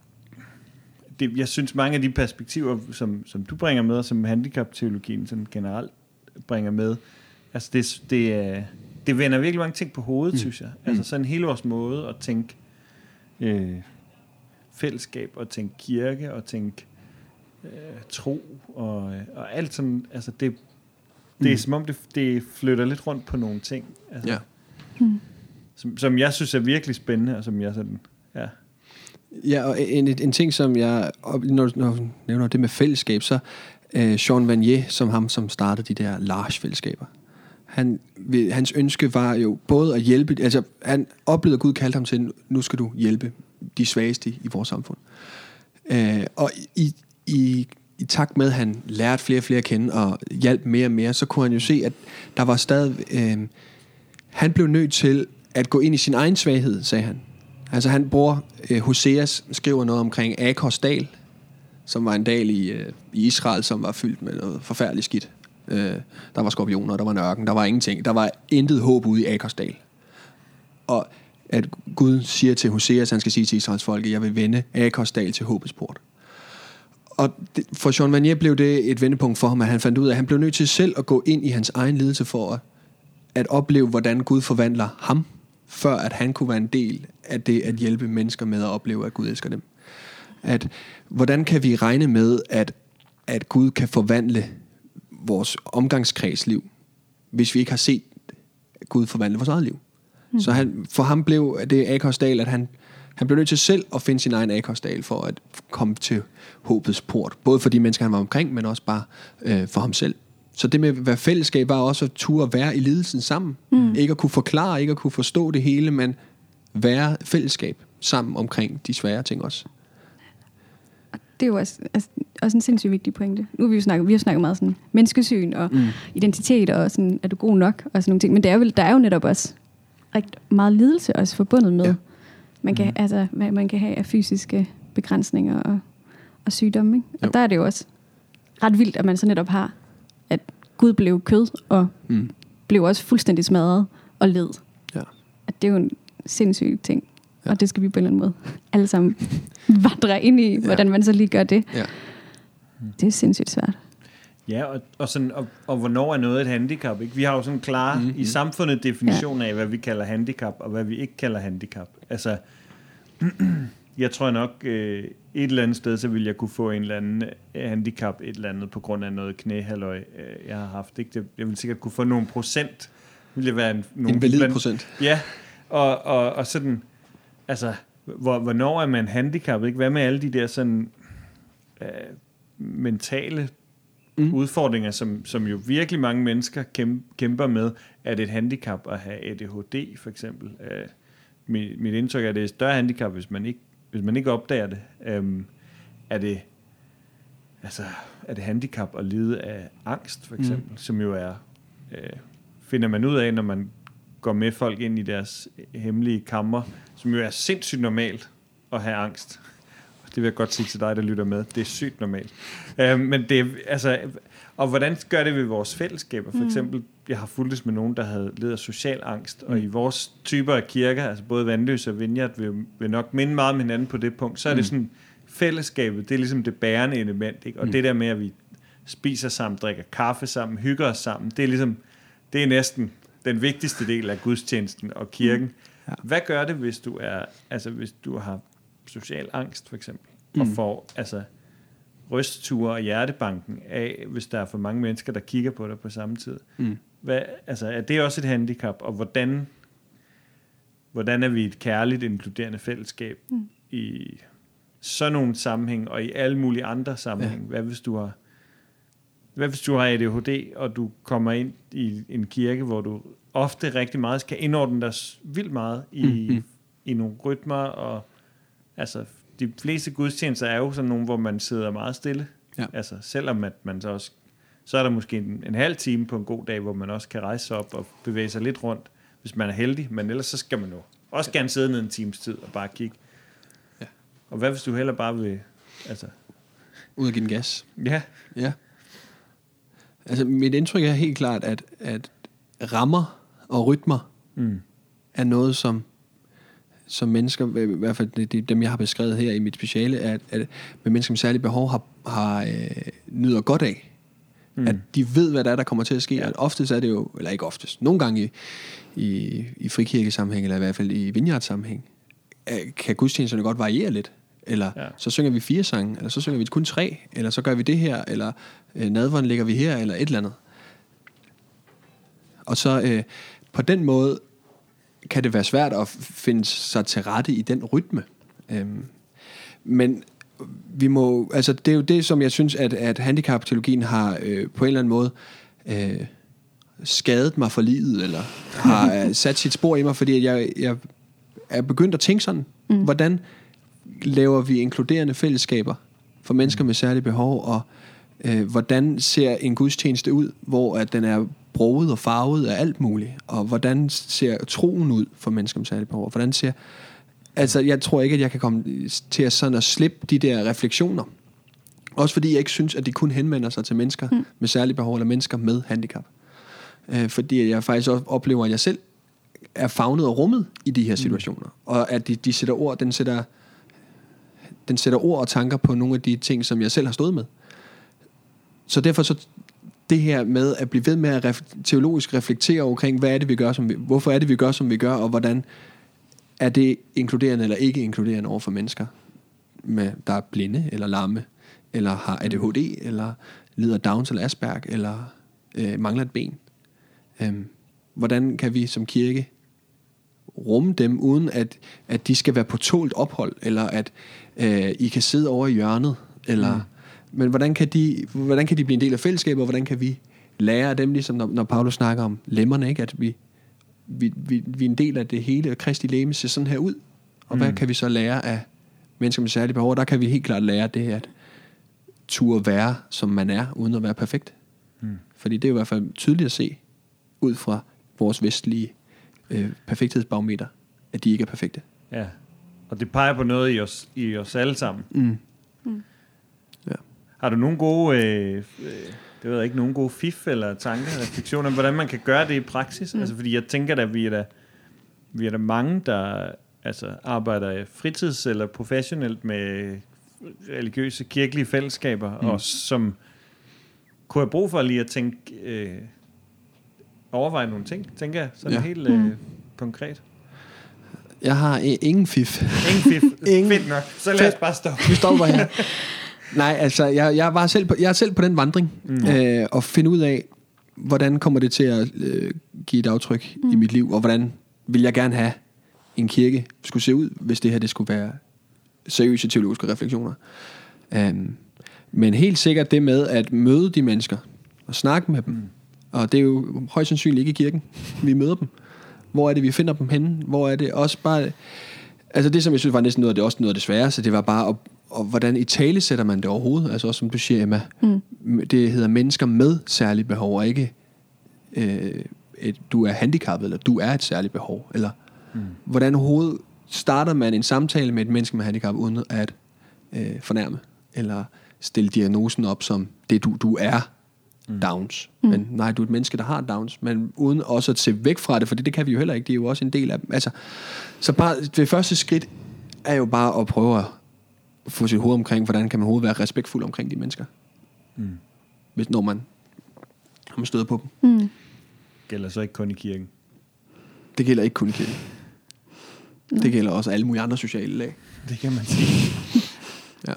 Det, jeg synes, mange af de perspektiver, som, som du bringer med, og som handicapteologien sådan generelt bringer med, altså det, det, det vender virkelig mange ting på hovedet, mm. synes jeg. Altså sådan hele vores måde at tænke øh, fællesskab, og tænke kirke, og tænke øh, tro, og, og alt sådan, altså det, det er mm. som om, det, det flytter lidt rundt på nogle ting. Altså. Ja. Mm. som, som jeg synes er virkelig spændende, og som jeg sådan, ja. Ja, og en, en ting, som jeg, når du nævner det med fællesskab, så uh, Jean Vanier, som ham, som startede de der large-fællesskaber, han, hans ønske var jo både at hjælpe, altså han oplevede, at Gud kaldte ham til, nu skal du hjælpe de svageste i vores samfund. Uh, og i, i, i takt med, at han lærte flere og flere at kende, og hjalp mere og mere, så kunne han jo se, at der var stadig, uh, han blev nødt til at gå ind i sin egen svaghed, sagde han. Altså han bruger, øh, Hoseas skriver noget omkring Akos dal, som var en dal i, øh, i Israel, som var fyldt med noget forfærdeligt skidt. Øh, der var skorpioner, der var en ørken, der var ingenting. Der var intet håb ude i Akos dal. Og at Gud siger til Hoseas, han skal sige til Israels folke, jeg vil vende Akos dal til håbets port. Og det, for Jean Vanier blev det et vendepunkt for ham, at han fandt ud af, at han blev nødt til selv at gå ind i hans egen lidelse for at, at opleve, hvordan Gud forvandler ham, før at han kunne være en del af det at hjælpe mennesker med at opleve, at Gud elsker dem. At, hvordan kan vi regne med, at, at Gud kan forvandle vores omgangskredsliv, hvis vi ikke har set Gud forvandle vores eget liv? Mm. Så han, for ham blev det Akosdal, at han, han blev nødt til selv at finde sin egen Akosdal for at komme til håbets port. Både for de mennesker, han var omkring, men også bare øh, for ham selv. Så det med at være fællesskab var også at turde være i lidelsen sammen. Mm. Ikke at kunne forklare, ikke at kunne forstå det hele, men være fællesskab sammen omkring de svære ting også. Det er jo også, altså, også en sindssygt vigtig pointe. Nu har vi jo snakket, vi har snakket meget sådan menneskesyn og mm. identitet og sådan, er du god nok og sådan nogle ting. Men det er jo, der er jo netop også rigtig meget lidelse også forbundet med. Ja. Man kan, mm. altså, hvad man kan have af fysiske begrænsninger og, og sygdomme. Ikke? Og jo. Der er det jo også ret vildt, at man så netop har, at Gud blev kød og mm. blev også fuldstændig smadret og led. Ja. At det er jo en sindssyg ting. Ja. Og det skal vi på en eller anden måde alle sammen vandre ind i, hvordan man så lige gør det. Ja. Det er sindssygt svært. Ja, og, og, sådan, og, og hvornår er noget et handicap? Ikke? Vi har jo sådan en klar mm-hmm. i samfundet definition ja. af, hvad vi kalder handicap, og hvad vi ikke kalder handicap. Altså, jeg tror nok, øh, et eller andet sted, så vil jeg kunne få en eller anden handicap, et eller andet, på grund af noget knæhalløj, øh, jeg har haft. Ikke? Det, jeg vil sikkert kunne få nogle procent. Vil det være en, nogle, en valid procent. Ja, og, og, og sådan, altså, hvor, hvornår er man handicappet? Ikke? Hvad med alle de der sådan øh, mentale mm. udfordringer, som, som jo virkelig mange mennesker kæmper med, er det et handicap at have A D H D for eksempel. Øh, mit, mit indtryk er, at det er et større handicap, hvis man ikke, hvis man ikke opdager det. Øh, er det altså, er det handicap at lide af angst for eksempel, mm. som jo er, øh, finder man ud af, når man går med folk ind i deres hemmelige kammer, som jo er sindssygt normalt at have angst. Det vil jeg godt sige til dig, der lytter med. Det er sygt normalt. Uh, men det er, altså, og hvordan gør det ved vores fællesskaber? For eksempel, jeg har fulgtes med nogen, der havde ledet af social angst, mm. og i vores typer af kirker, altså både Vandløs og Vineyard, vil, vil nok minde meget om hinanden på det punkt. Så er mm. det sådan, fællesskabet, det er ligesom det bærende element, ikke? Og mm. det der med, at vi spiser sammen, drikker kaffe sammen, hygger os sammen, det er ligesom, det er næsten den vigtigste del af gudstjenesten og kirken. Mm. Ja. Hvad gør det, hvis du er, altså hvis du har social angst for eksempel, mm. og får altså rystture og hjertebanken af, hvis der er for mange mennesker, der kigger på dig på samme tid? Mm. Hvad, altså er det også et handicap, og hvordan hvordan er vi et kærligt, inkluderende fællesskab mm. i sådan nogle sammenhæng, og i alle mulige andre sammenhæng? Ja. Hvad hvis du har Hvad hvis du har A D H D, og du kommer ind i en kirke, hvor du ofte rigtig meget skal indordne dig vildt meget i, mm-hmm. i nogle rytmer, og altså, de fleste gudstjenester er jo sådan nogle, hvor man sidder meget stille. Ja. Altså, selvom at man så også, så er der måske en, en halv time på en god dag, hvor man også kan rejse sig op og bevæge sig lidt rundt, hvis man er heldig, men ellers så skal man jo også ja. gerne sidde ned en times tid og bare kigge. Ja. Og hvad hvis du heller bare vil, altså... ud og give den gas. Ja. Ja. Altså, mit indtryk er helt klart, at, at rammer og rytmer mm. er noget, som, som mennesker, i hvert fald det, det, dem, jeg har beskrevet her i mit speciale, at, at med mennesker med særlige behov har, har øh, nyder godt af. Mm. At de ved, hvad der er, der kommer til at ske. Ja. At oftest er det jo, eller ikke oftest, nogle gange i, i, i frikirkesammenhæng, eller i hvert fald i vineyardsammenhæng, kan gudstjenesterne godt variere lidt. Eller ja. så synger vi fire sange, eller så synger vi kun tre, eller så gør vi det her, eller øh, nadveren ligger vi her, eller et eller andet. Og så øh, på den måde kan det være svært at finde sig til rette i den rytme. Øhm, men vi må, altså det er jo det, som jeg synes, at, at handicapteologien har øh, på en eller anden måde øh, skadet mig for livet, eller har øh, sat sit spor i mig, fordi jeg, jeg er begyndt at tænke sådan, mm. hvordan laver vi inkluderende fællesskaber for mennesker med særlige behov, og øh, hvordan ser en gudstjeneste ud, hvor at den er broget og farvet af alt muligt, og hvordan ser troen ud for mennesker med særlige behov, og hvordan ser, altså jeg tror ikke, at jeg kan komme til at sådan at slippe de der refleksioner, også fordi jeg ikke synes, at det kun henvender sig til mennesker mm. med særlige behov, eller mennesker med handicap, øh, fordi jeg faktisk også oplever, at jeg selv er favnet og rummet i de her situationer, mm. og at de, de sætter ord, den sætter den sætter ord og tanker på nogle af de ting, som jeg selv har stået med. Så derfor så det her med at blive ved med at ref- teologisk reflektere omkring, hvad er det vi gør, som vi, hvorfor er det vi gør, som vi gør, og hvordan er det inkluderende eller ikke inkluderende over for mennesker, med, der er blinde eller lamme, eller har A D H D, eller lider Downs eller Asperger, eller øh, mangler et ben. Øhm, hvordan kan vi som kirke rumme dem, uden at, at de skal være på tålt ophold, eller at øh, I kan sidde over i hjørnet, eller, mm. men hvordan kan, de, hvordan kan de blive en del af fællesskabet, og hvordan kan vi lære af dem, ligesom når, når Paulus snakker om lemmerne, ikke? At vi, vi, vi, vi er en del af det hele, og Kristi legeme ser sådan her ud, og mm. hvad kan vi så lære af mennesker med særlige behov? Der kan vi helt klart lære det, at turde være, som man er, uden at være perfekt. Mm. Fordi det er i hvert fald tydeligt at se, ud fra vores vestlige øh, perfekthedsbarometer, at de ikke er perfekte. Ja, og det peger på noget i os, i os alle sammen. Mm. Mm. Ja. Har du nogle gode, øh, det ved jeg ikke, nogle gode fif eller tanker, refleksioner, hvordan man kan gøre det i praksis? Mm. Altså, fordi jeg tænker, at vi er der, vi er der mange, der altså, arbejder fritids- eller professionelt med religiøse, kirkelige fællesskaber, mm. og som kunne have brug for lige at tænke, øh, overveje nogle ting, tænker jeg, sådan ja. helt øh, mm. konkret. Jeg har i- ingen fif. Ingen fif. ingen. Fedt nok. Så lad os bare stoppe. Vi stopper her. Nej, altså, jeg, jeg, var selv på, jeg er selv på den vandring, mm. øh, og finde ud af, hvordan kommer det til at øh, give et aftryk mm. i mit liv, og hvordan vil jeg gerne have en kirke skulle se ud, hvis det her det skulle være seriøse teologiske refleksioner. Um, men helt sikkert det med at møde de mennesker, og snakke med dem, mm. og det er jo højst sandsynligt ikke i kirken, vi møder dem. Hvor er det, vi finder dem henne? Hvor er det også bare... Altså det, som jeg synes var næsten noget af det, også noget af det svære, så det var bare, at, og hvordan i tale sætter man det overhovedet? Altså også som du siger, Emma, mm. det hedder mennesker med særlige behov, og ikke øh, et, du er handicappet, eller du er et særligt behov. Eller mm. hvordan overhovedet starter man en samtale med et menneske med handicap, uden at øh, fornærme, eller stille diagnosen op som det du, du er, mm. Downs. Mm. Men nej, du er et menneske, der har Downs, men uden også at se væk fra det, for det kan vi jo heller ikke, det er jo også en del af, altså, så bare, det første skridt er jo bare at prøve at få sit hoved omkring, hvordan kan man overhovedet være respektfuld omkring de mennesker, mm. hvis når man, når man støder på dem. Mm. Det gælder så ikke kun i kirken. Det gælder ikke kun i kirken. Mm. Det gælder også alle mulige andre sociale lag. Det kan man sige. Ja.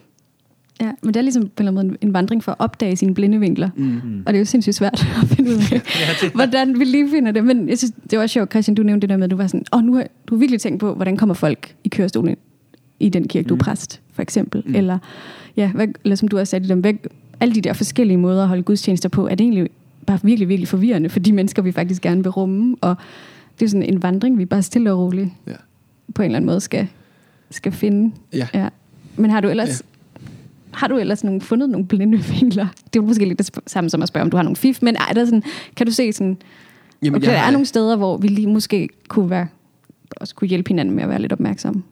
Ja, men det er ligesom på en måde en vandring for at opdage sine blinde vinkler. Mm. Og det er jo sindssygt svært at finde ud af, ja, hvordan vi lige finder det. Men jeg synes, det var sjovt, Christian, du nævnte det der med, at du var sådan, åh, oh, nu har du har virkelig tænkt på, hvordan kommer folk i kørestolen i den kirke, du er præst, for eksempel. Mm. Eller, ja, hvad, eller som du har sat i dem væk, alle de der forskellige måder at holde gudstjenester på, er det egentlig bare virkelig, virkelig forvirrende for de mennesker, vi faktisk gerne vil rumme. Og det er sådan en vandring, vi bare stille og roligt ja. på en eller anden måde skal, skal finde. Ja. Ja. Men har du ellers... Ja. Har du ellers nogle, fundet nogle blinde vinkler? Det er jo måske lidt det samme som at spørge, om du har nogle fif, men er der sådan, kan du se sådan, Jamen, okay, der er nogle steder, hvor vi lige måske kunne være, også kunne hjælpe hinanden med at være lidt opmærksomme?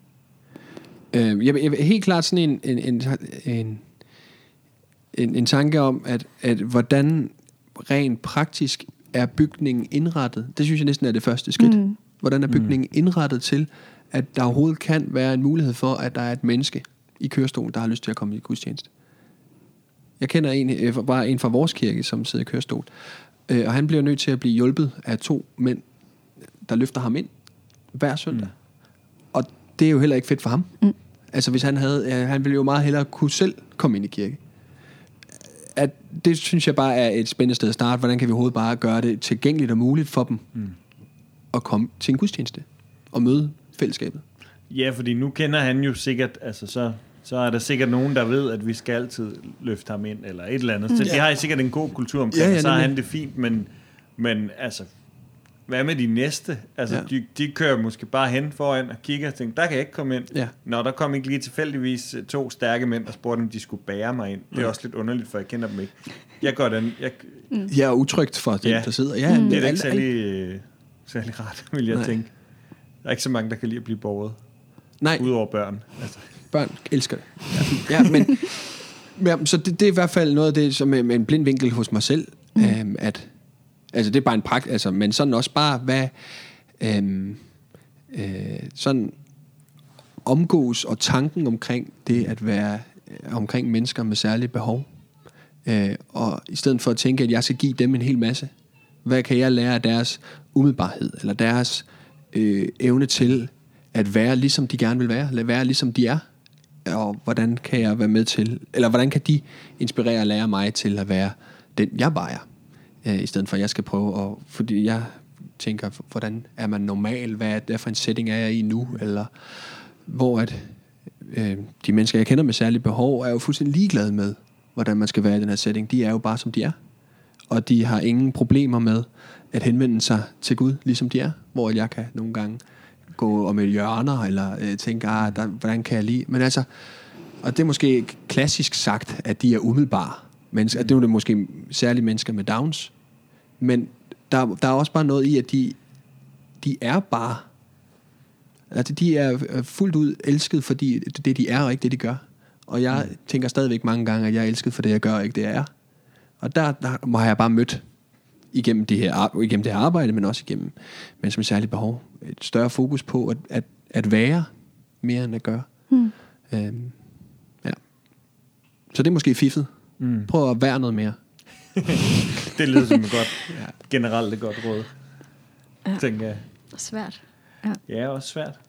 Øh, jeg, jeg helt klart sådan en, en, en, en, en, en tanke om, at, at hvordan rent praktisk er bygningen indrettet. Det synes jeg næsten er det første skridt. Mm. Hvordan er bygningen mm. indrettet til, at der overhovedet kan være en mulighed for, at der er et menneske i kørestolen, der har lyst til at komme i gudstjeneste. Jeg kender en, bare en fra vores kirke, som sidder i kørestol, øh, og han bliver nødt til at blive hjulpet af to mænd, der løfter ham ind hver søndag. Mm. Og det er jo heller ikke fedt for ham. Mm. Altså hvis han havde, ja, han ville jo meget hellere kunne selv komme ind i kirke. At det synes jeg bare er et spændende sted at starte. Hvordan kan vi overhovedet bare gøre det tilgængeligt og muligt for dem? Mm. at komme til en gudstjeneste og møde fællesskabet. Ja, fordi nu kender han jo sikkert, altså så, så er der sikkert nogen, der ved, at vi skal altid løfte ham ind, eller et eller andet. Så mm. de har sikkert en god kultur omkring, ja, ja, så har han det fint, men, men altså, hvad med de næste? Altså, ja. de, de kører måske bare hen foran og kigger og tænker, der kan jeg ikke komme ind. Ja. Nå, der kom ikke lige tilfældigvis to stærke mænd, der spurgte, om de skulle bære mig ind. Det er ja. også lidt underligt, for jeg kender dem ikke. Jeg går den... Jeg, mm. jeg er utrygt for dem, ja. der sidder. Ja, mm. Det er ikke særlig, særlig rart, vil jeg Nej. tænke. Der er ikke så mange, der kan lide at blive borget. Nej. Udover børn. Altså. Børn elsker det. Ja, ja men... ja, så det, det er i hvert fald noget af det, som er en blind vinkel hos mig selv, mm. øhm, at... Altså det er bare en prakt, altså, men sådan også bare, hvad øhm, øh, sådan omgås og tanken omkring det at være øh, omkring mennesker med særlige behov. Øh, og i stedet for at tænke, at jeg skal give dem en hel masse, hvad kan jeg lære af deres umiddelbarhed, eller deres øh, evne til at være ligesom de gerne vil være, eller være ligesom de er, og hvordan kan jeg være med til, eller hvordan kan de inspirere og lære mig til at være den, jeg bare er. I stedet for at jeg skal prøve at, fordi jeg tænker, hvordan er man normal, hvad er det for en setting er jeg i nu, eller hvor at øh, de mennesker jeg kender med særlige behov er jo fuldstændig ligeglade med hvordan man skal være i den her setting. De er jo bare som de er, og de har ingen problemer med at henvende sig til Gud ligesom de er, hvor jeg kan nogle gange gå om et hjørner eller øh, tænke, ah, der, hvordan kan jeg lide, men altså, og det er måske klassisk sagt at de er umiddelbare mennesker, det er jo det måske særligt mennesker med Downs, men der, der er også bare noget i, at de, de er bare, altså de er fuldt ud elsket, fordi det de er, og ikke det de gør. Og jeg mm. tænker stadigvæk mange gange, at jeg er elsket for det jeg gør, og ikke det jeg er. Og der, der må jeg bare mødt igennem det her, igennem det her arbejde, men også igennem mennesker med særlige behov, et større fokus på at, at, at være mere end at gøre. Mm. Øhm, ja. Så det er måske fiffet. Mm. Prøv at være noget mere. Det lyder som et godt, ja. generelt et godt råd, ja. tænker jeg. Svært. Ja, ja også svært.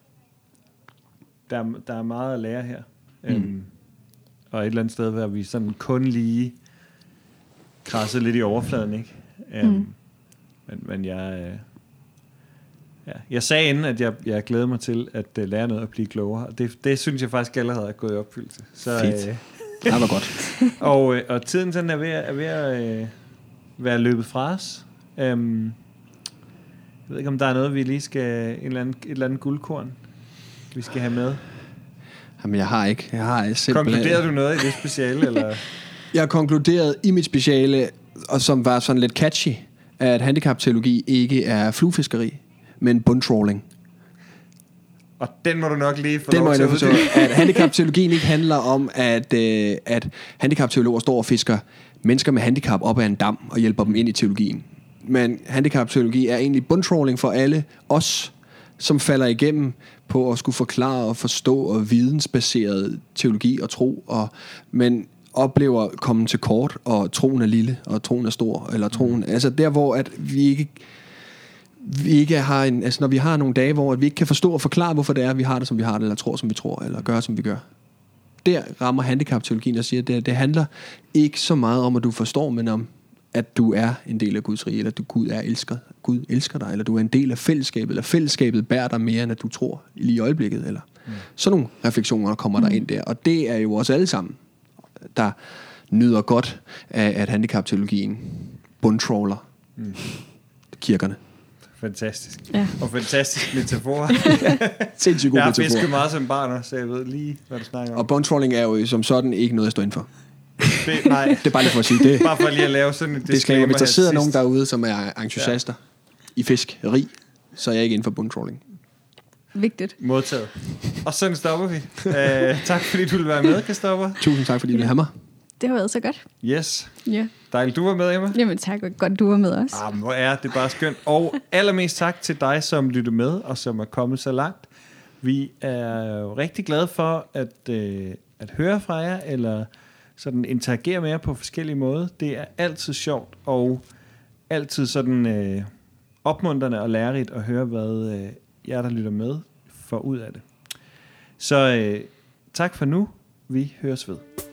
Der, der er meget at lære her. Mm. Øhm, og et eller andet sted, hvor vi sådan kun lige krasset lidt i overfladen, ikke? Øhm, mm. Men, men jeg... Øh, ja. Jeg sagde inden, at jeg, jeg glæder mig til at uh, lære noget og blive klogere. Og det, det synes jeg faktisk allerede er gået i opfyldelse. Så, Fedt. Øh, det var godt. og, øh, og tiden sådan er ved, er ved at øh, være løbet fra os. Øhm, jeg ved ikke, om der er noget, vi lige skal... En eller anden, et eller andet guldkorn, vi skal have med. Jamen, jeg har ikke. Jeg har simpelthen... Konkluderer du noget i det speciale, eller... Jeg har konkluderet i mit speciale, og som var sådan lidt catchy, at handicapteologi ikke er fluefiskeri, men bundtrawling. Og den må du nok lige få den lov til at uddybe. At handicapteologien ikke handler om, at, øh, at handicapteologer står og fisker mennesker med handicap op ad en dam og hjælper dem ind i teologien. Men handicapteologi er egentlig bundtrawling for alle os, som falder igennem på at skulle forklare og forstå og vidensbaseret teologi og tro, og, men oplever at komme til kort, og troen er lille, og troen er stor, eller troen, mm. altså der hvor at vi ikke vi ikke har en, altså når vi har nogle dage, hvor at vi ikke kan forstå og forklare, hvorfor det er, vi har det, som vi har det, eller tror, som vi tror, eller gør, som vi gør. Der rammer handicapteologien og siger, at det, det handler ikke så meget om, at du forstår, men om, at du er en del af Guds rige, eller at du, Gud er elsker, Gud elsker dig, eller du er en del af fællesskabet, eller fællesskabet bærer dig mere, end at du tror lige i øjeblikket, eller mm. sådan nogle refleksioner kommer mm. der ind der, og det er jo os alle sammen, der nyder godt af, at handicapteologien bundtrawler mm. kirkerne. Fantastisk. Ja. Og fantastisk metafor. Sindssygt god jeg har metafor. fisket meget som barn, så jeg ved lige, hvad du snakker om. Og bundtrawling er jo som sådan ikke noget, jeg står inden for. Det, nej. Det er bare lige for at sige det. Bare for lige at lave sådan et disclaimer. Hvis der sidder nogen derude, som er entusiaster ja. i fiskeri, så er jeg ikke inden for bundtrawling. Vigtigt. Modtaget. Og sådan stopper vi. Uh, tak fordi du ville være med, Christoffer. Tusind tak fordi du ville have mig. Det har været så godt. Yes. Ja. Dejligt, du var med, Emma. Jamen tak, og godt du var med også. Ah, hvor er det bare skønt. Og allermest tak til dig, som lytter med, og som er kommet så langt. Vi er jo rigtig glade for at, øh, at høre fra jer, eller sådan interagere med jer på forskellige måder. Det er altid sjovt, og altid sådan øh, opmuntrende og lærerigt at høre, hvad øh, jer, der lytter med, får ud af det. Så øh, tak for nu. Vi høres ved.